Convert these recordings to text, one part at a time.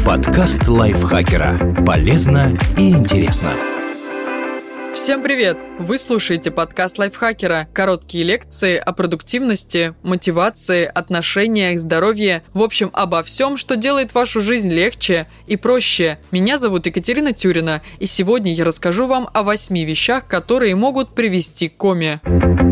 Подкаст лайфхакера. Полезно и интересно. Всем привет! Вы слушаете подкаст лайфхакера. Короткие лекции о продуктивности, мотивации, отношениях, здоровье. В общем, обо всем, что делает вашу жизнь легче и проще. Меня зовут Екатерина Тюрина, и сегодня я расскажу вам о 8 вещах, которые могут привести к коме.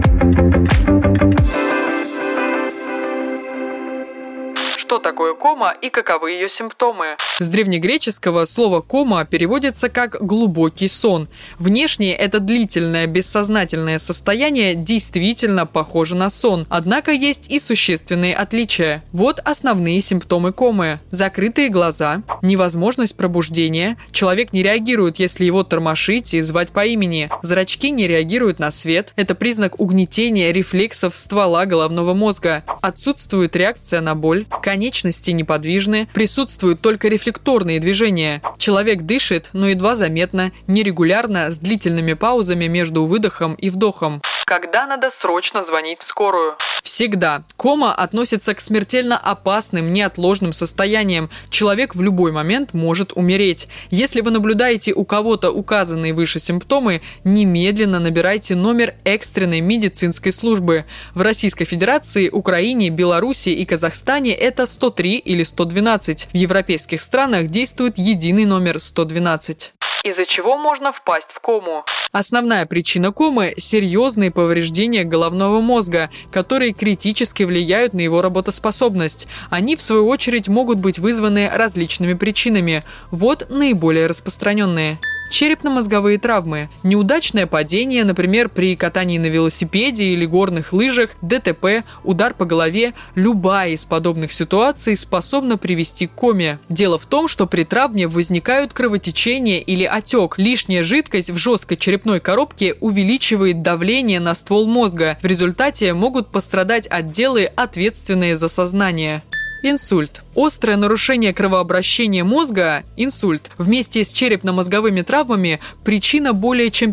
Что такое кома и каковы ее симптомы? С древнегреческого слово «кома» переводится как «глубокий сон». Внешне это длительное бессознательное состояние действительно похоже на сон, однако есть и существенные отличия. Вот основные симптомы комы. Закрытые глаза, невозможность пробуждения, человек не реагирует, если его тормошить и звать по имени, зрачки не реагируют на свет, это признак угнетения рефлексов ствола головного мозга, отсутствует реакция на боль, конечности неподвижны, присутствуют только рефлекторные движения. Человек дышит, но едва заметно, нерегулярно, с длительными паузами между выдохом и вдохом. Когда надо срочно звонить в скорую? Всегда. Кома относится к смертельно опасным, неотложным состояниям. Человек в любой момент может умереть. Если вы наблюдаете у кого-то указанные выше симптомы, немедленно набирайте номер экстренной медицинской службы. В Российской Федерации, Украине, Беларуси и Казахстане это 103 или 112. В европейских странах действует единый номер 112. Из-за чего можно впасть в кому? Основная причина комы – серьезные повреждения головного мозга, которые критически влияют на его работоспособность. Они, в свою очередь, могут быть вызваны различными причинами. Вот наиболее распространенные. Черепно-мозговые травмы, неудачное падение, например, при катании на велосипеде или горных лыжах, ДТП, удар по голове, любая из подобных ситуаций способна привести к коме. Дело в том, что при травме возникают кровотечение или отек. Лишняя жидкость в жесткой черепной коробке увеличивает давление на ствол мозга. В результате могут пострадать отделы, ответственные за сознание. Инсульт. Острое нарушение кровообращения мозга, инсульт, вместе с черепно-мозговыми травмами причина более чем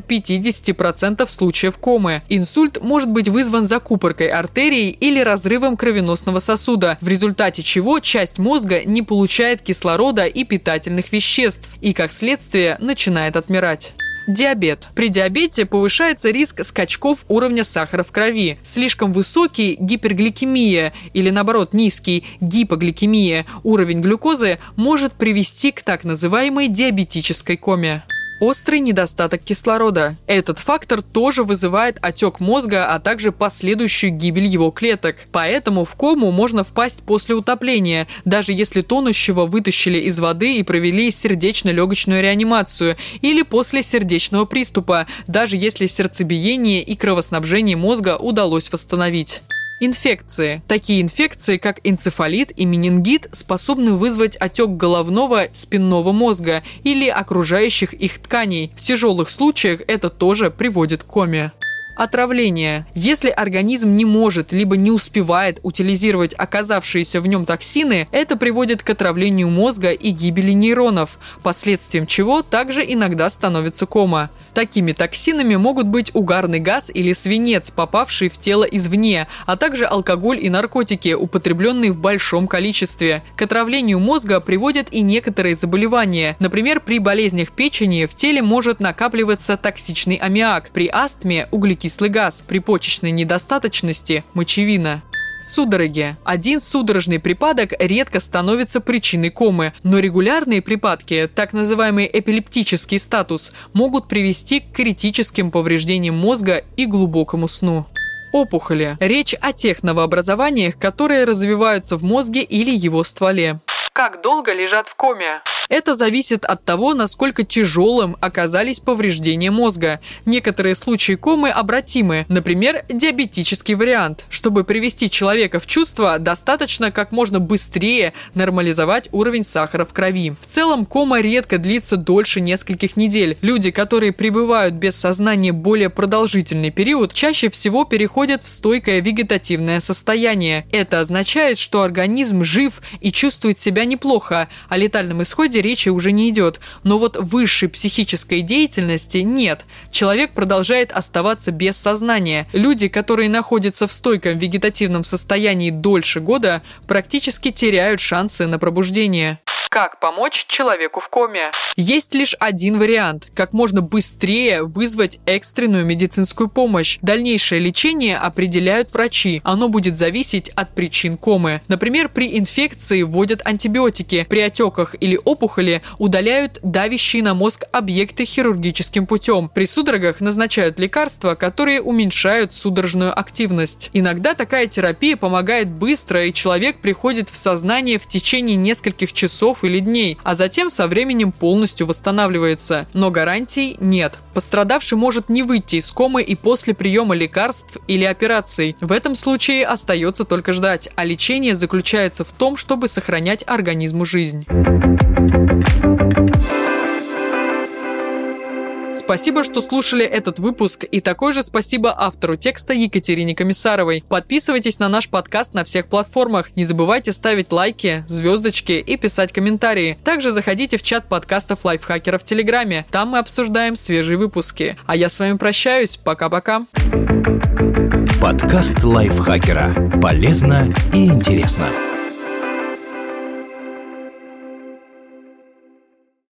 50% случаев комы. Инсульт может быть вызван закупоркой артерий или разрывом кровеносного сосуда, в результате чего часть мозга не получает кислорода и питательных веществ и, как следствие, начинает отмирать. Диабет. При диабете повышается риск скачков уровня сахара в крови. Слишком высокий гипергликемия или, наоборот, низкий гипогликемия уровень глюкозы может привести к так называемой диабетической коме. Острый недостаток кислорода. Этот фактор тоже вызывает отек мозга, а также последующую гибель его клеток. Поэтому в кому можно впасть после утопления, даже если тонущего вытащили из воды и провели сердечно-легочную реанимацию, или после сердечного приступа, даже если сердцебиение и кровоснабжение мозга удалось восстановить. Инфекции. Такие инфекции, как энцефалит и менингит, способны вызвать отек головного спинного мозга или окружающих их тканей. В тяжелых случаях это тоже приводит к коме. Отравление. Если организм не может либо не успевает утилизировать оказавшиеся в нем токсины, это приводит к отравлению мозга и гибели нейронов, последствием чего также иногда становится кома. Такими токсинами могут быть угарный газ или свинец, попавший в тело извне, а также алкоголь и наркотики, употребленные в большом количестве. К отравлению мозга приводят и некоторые заболевания. Например, при болезнях печени в теле может накапливаться токсичный аммиак, при астме – углекислый газ, при почечной недостаточности – мочевина. Судороги. Один судорожный припадок редко становится причиной комы, но регулярные припадки, так называемый эпилептический статус, могут привести к критическим повреждениям мозга и глубокому сну. Опухоли. Речь о тех новообразованиях, которые развиваются в мозге или его стволе. Как долго лежат в коме? Это зависит от того, насколько тяжелым оказались повреждения мозга. Некоторые случаи комы обратимы, например, диабетический вариант. Чтобы привести человека в чувство, достаточно как можно быстрее нормализовать уровень сахара в крови. В целом, кома редко длится дольше нескольких недель. Люди, которые пребывают без сознания более продолжительный период, чаще всего переходят в стойкое вегетативное состояние. Это означает, что организм жив и чувствует себя неплохо, о летальном исходе речи уже не идет. Но вот высшей психической деятельности нет. Человек продолжает оставаться без сознания. Люди, которые находятся в стойком вегетативном состоянии дольше года, практически теряют шансы на пробуждение. Как помочь человеку в коме? Есть лишь один вариант – как можно быстрее вызвать экстренную медицинскую помощь. Дальнейшее лечение определяют врачи. Оно будет зависеть от причин комы. Например, при инфекции вводят антибиотики, при отеках или опухоли удаляют давящие на мозг объекты хирургическим путем. При судорогах назначают лекарства, которые уменьшают судорожную активность. Иногда такая терапия помогает быстро, и человек приходит в сознание в течение нескольких часов или дней, а затем со временем полностью восстанавливается. Но гарантий нет. Пострадавший может не выйти из комы и после приема лекарств или операций. В этом случае остается только ждать, а лечение заключается в том, чтобы сохранять организму жизнь. Спасибо, что слушали этот выпуск, и такое же спасибо автору текста Екатерине Комиссаровой. Подписывайтесь на наш подкаст на всех платформах. Не забывайте ставить лайки, звездочки и писать комментарии. Также заходите в чат подкастов Лайфхакера в Телеграме. Там мы обсуждаем свежие выпуски. А я с вами прощаюсь. Пока-пока. Подкаст Лайфхакера. Полезно и интересно.